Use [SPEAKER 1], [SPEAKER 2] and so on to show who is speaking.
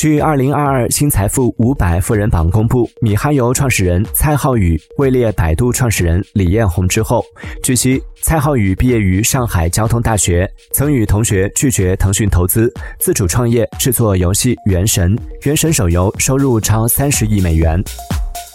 [SPEAKER 1] 据2022新财富500富人榜公布，米哈游创始人蔡浩宇位列百度创始人李彦宏之后。据悉，蔡浩宇毕业于上海交通大学，曾与同学拒绝腾讯投资，自主创业制作游戏《原神》，《原神》手游收入超30亿美元。